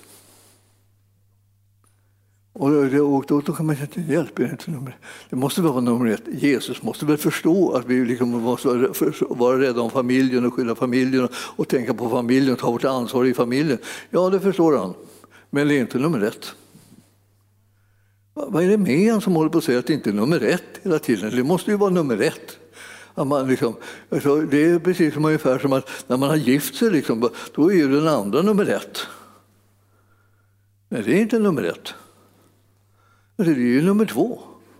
Och då kan man säga att det hjälper inte nummer. Det måste vara nummer ett. Jesus måste väl förstå att vi liksom måste vara rädda om familjen och skydda familjen och tänka på familjen och ta vårt ansvar i familjen. Ja, det förstår han. Men det är inte nummer ett. Vad är det med en som håller på att säga att det inte är nummer ett hela tiden? Det måste ju vara nummer ett. Det är precis som ungefär som att när man har gift sig, liksom, då är den andra nummer ett. Nej, det är inte nummer ett. Det är ju nummer två.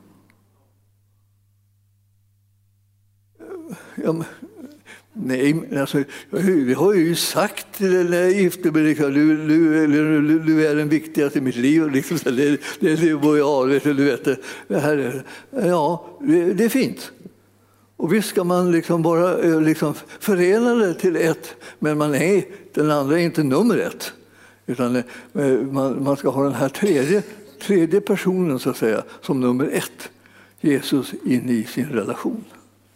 Nej, alltså, det har jag ju sagt när jag gifte mig. Liksom, du är den viktigaste i mitt liv. Liksom, det är du och jag. Du vet, det här, ja, det är fint. Och visst ska man liksom bara liksom förena det till ett, men den andra är inte nummer ett. Utan man ska ha den här tredje personen så att säga, som nummer ett. Jesus in i sin relation.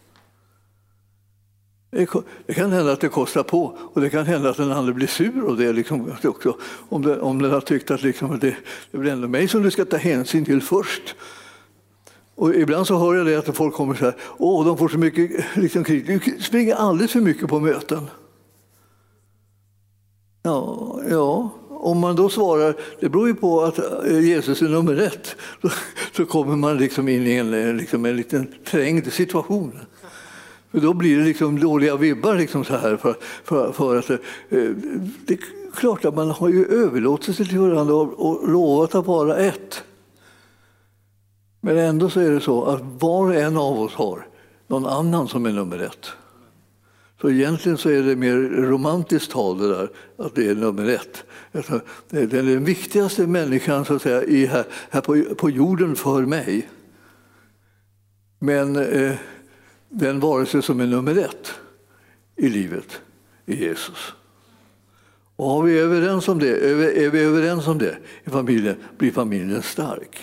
Det kan hända att det kostar på, och det kan hända att den andra blir sur och det liksom också, om den har tyckt att liksom, det är ändå mig som du ska ta hänsyn till först. Och ibland så hör jag det att folk kommer så här, de får så mycket liksom, kritik. Du springer alldeles för mycket på möten. Ja, om man då svarar, det beror ju på att Jesus är nummer ett, så kommer man liksom in i en liten trängd situation. För då blir det liksom dåliga vibbar liksom så här för att det är klart att man har ju överlåtit sig till varandra och lovat att vara ett. Men ändå så är det så att var och en av oss har någon annan som är nummer ett. Så egentligen så är det mer romantiskt tal det där, att det är nummer ett. Det är den viktigaste människan så att säga, här på jorden för mig. Men den varelse som är nummer 1 i livet är Jesus. Och är vi överens om det i familjen, blir familjen stark.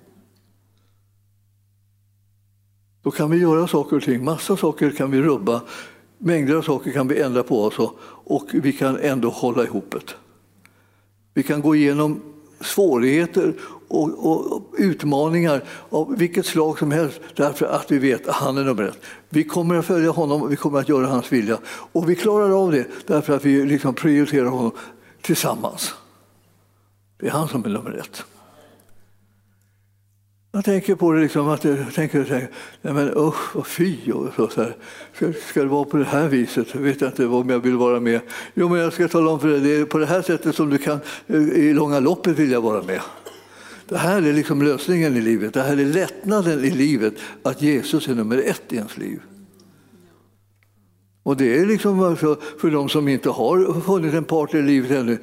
Då kan vi göra saker och ting, massa saker kan vi rubba, mängder av saker kan vi ändra på oss och vi kan ändå hålla ihop det. Vi kan gå igenom svårigheter och utmaningar av vilket slag som helst därför att vi vet att han är nummer 1. Vi kommer att följa honom och vi kommer att göra hans vilja. Och vi klarar av det därför att vi liksom prioriterar honom tillsammans. Det är han som är nummer 1. Jag tänker på det liksom att jag tänker nej men vad fy och så här. Ska det vara på det här viset? Jag vet inte om jag vill vara med. Jo, men jag ska tala om för dig, det är på det här sättet som du kan i långa loppet vilja vara med. Det här är liksom lösningen i livet. Det här är lättnaden i livet, att Jesus är nummer 1 i ens liv. Och det är liksom för de som inte har funnit en partner i livet ännu.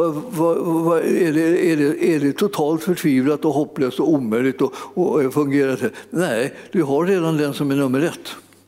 Är det totalt förtvivlat och hopplöst och omöjligt och fungerar? Nej, du har redan den som är nummer 1.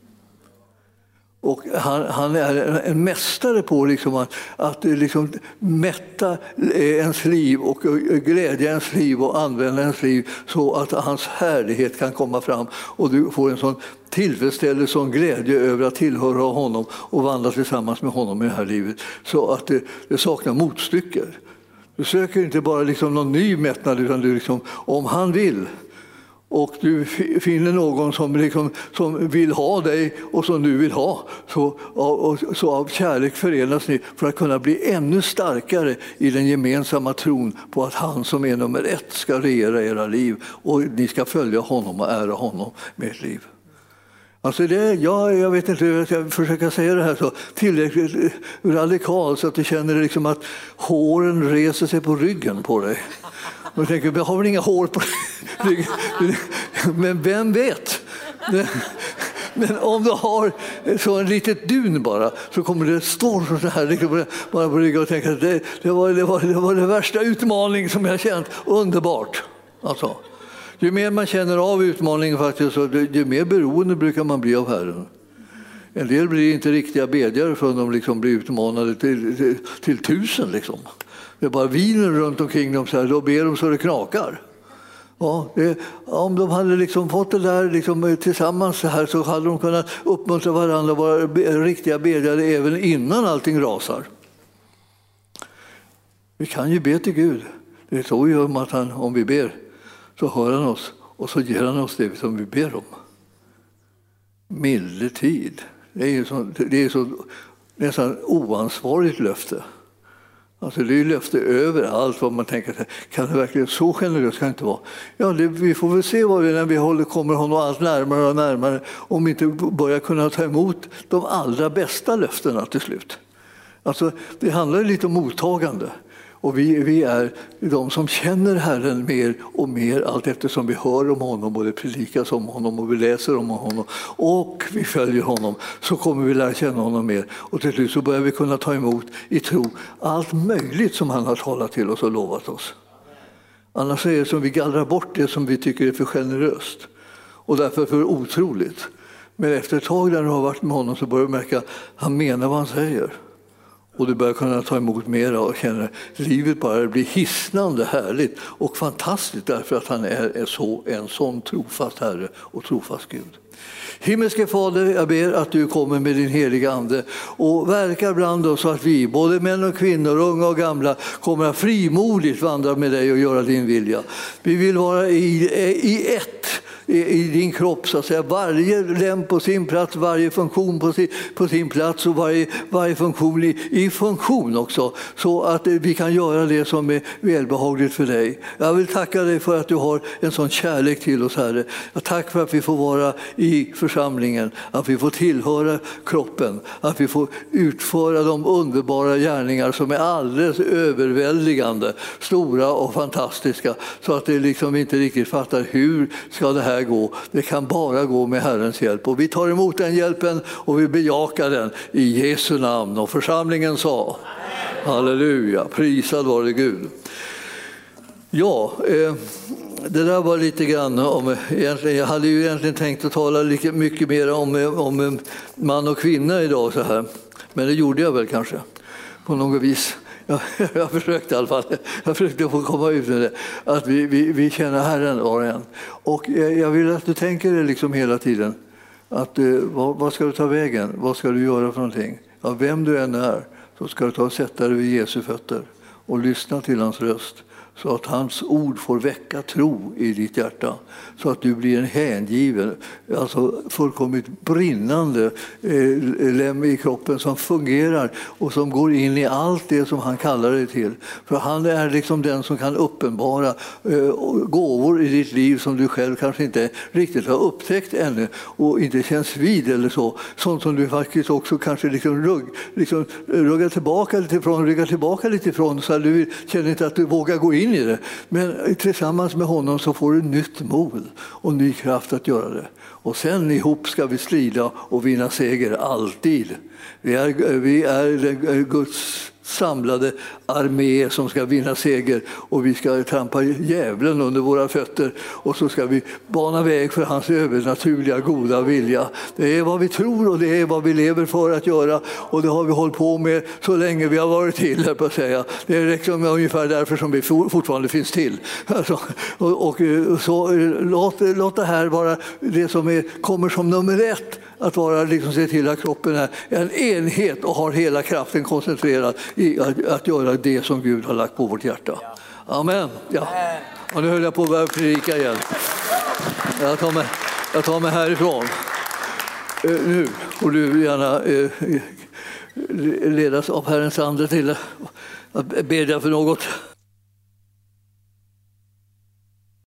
Och han är en mästare på liksom att liksom mätta ens liv och glädja ens liv och använda ens liv så att hans härlighet kan komma fram och du får en sån tillfredsställelse och glädje över att tillhöra honom och vandra tillsammans med honom i det här livet så att det saknar motstycken. Du söker inte bara liksom någon ny mättnad utan du liksom, om han vill och du finner någon som vill ha dig och som du vill ha, så av kärlek förenas ni för att kunna bli ännu starkare i den gemensamma tron på att han som är nummer 1 ska regera era liv och ni ska följa honom och ära honom med ert liv. Alltså jag vet inte hur jag ska försöka säga det här så tillräckligt radikalt så att du känner liksom att håren reser sig på ryggen på dig. Och jag tänker, jag har väl inga hår på ryggen. Men vem vet? Men om du har så en litet dun bara så kommer det stå så här bara på ryggen och tänka att det var det värsta utmaning som jag känt. Underbart. Alltså. Ju mer man känner av utmaningen faktiskt, ju mer beroende brukar man bli av Herren. En del blir inte riktiga bedjare för de liksom blir utmanade till 1000 liksom. Det är bara viner runt omkring dem så här, då ber de så det knakar. Ja, om de hade liksom fått det där liksom tillsammans så här så hade de kunnat uppmuntra varandra och vara riktiga bedjare även innan allting rasar. Vi kan ju be till Gud. Det är så vi gör att han, om vi ber så hör han oss och så ger han oss det som vi ber om. Milde tid. Det är så nästan oansvarigt löfte. Alltså det är löfte över allt vad man tänker sig. Kan det verkligen så generöst kan det inte vara? Ja, vi får väl se vad när vi kommer honom allt närmare och närmare om vi inte börjar kunna ta emot de allra bästa löftena till slut. Alltså det handlar lite om mottagande. Och vi är de som känner Herren mer och mer allt eftersom vi hör om honom och det predikas om honom och vi läser om honom och vi följer honom, så kommer vi lära känna honom mer och till slut så börjar vi kunna ta emot i tro allt möjligt som han har talat till oss och lovat oss. Annars är det som vi gallrar bort det som vi tycker är för generöst och därför för otroligt. Men efter ett tag när du har varit med honom så börjar du märka att han menar vad han säger. Och du börjar kunna ta emot mera och känna att livet bara blir hisnande härligt och fantastiskt därför att han är en sån trofast Herre och trofast Gud. Himmelske Fader, jag ber att du kommer med din heliga ande och verkar bland oss så att vi, både män och kvinnor, unga och gamla, kommer att frimodigt vandra med dig och göra din vilja. Vi vill vara i ett i din kropp, så att säga. Varje lem på sin plats, varje funktion på sin plats och varje funktion i funktion också, så att vi kan göra det som är välbehagligt för dig. Jag vill tacka dig för att du har en sån kärlek till oss, Herre. Jag tackar för att vi får vara i församlingen, att vi får tillhöra kroppen, att vi får utföra de underbara gärningar som är alldeles överväldigande, stora och fantastiska, så att det liksom inte riktigt fattar hur ska det här gå. Det kan bara gå med Herrens hjälp. Och vi tar emot den hjälpen och vi bejakar den i Jesu namn. Och församlingen sa: Halleluja, prisad vare Gud. Ja, det där var lite grann om... Jag hade ju egentligen tänkt att tala lika mycket mer om man och kvinna idag så här. Men det gjorde jag väl kanske på något vis. Jag försökte i alla fall. Jag försökte få komma ut med det. Att vi känner Herren var och en. Och jag vill att du tänker det liksom hela tiden. Att vad ska du ta vägen? Vad ska du göra för någonting? Ja, vem du än är så ska du ta och sätta dig vid Jesu fötter och lyssna till hans röst. Så att hans ord får väcka tro i ditt hjärta. Så att du blir en hängiven, alltså fullkomligt brinnande lem i kroppen som fungerar och som går in i allt det som han kallar dig till. För han är liksom den som kan uppenbara gåvor i ditt liv som du själv kanske inte riktigt har upptäckt ännu och inte känns vid eller så. Sånt som du faktiskt också kanske ryggar tillbaka lite ifrån så att du känner inte att du vågar gå in i det. Men tillsammans med honom så får du nytt mod och ny kraft att göra det. Och sen ihop ska vi strida och vinna seger alltid. Vi är Guds samlade armé som ska vinna seger och vi ska trampa djävulen under våra fötter och så ska vi bana väg för hans övernaturliga goda vilja. Det är vad vi tror och det är vad vi lever för att göra och det har vi hållit på med så länge vi har varit till, på att säga. Det är liksom ungefär därför som vi fortfarande finns till. Alltså, så låt det här vara det som kommer som nummer ett. Att vara liksom se till att kroppen är en enhet och har hela kraften koncentrerad i att göra det som Gud har lagt på vårt hjärta. Amen. Ja. Och nu höll jag på att börja predika igen. Jag tar mig härifrån. Nu får du gärna ledas av Herrens ande till att bedja för något.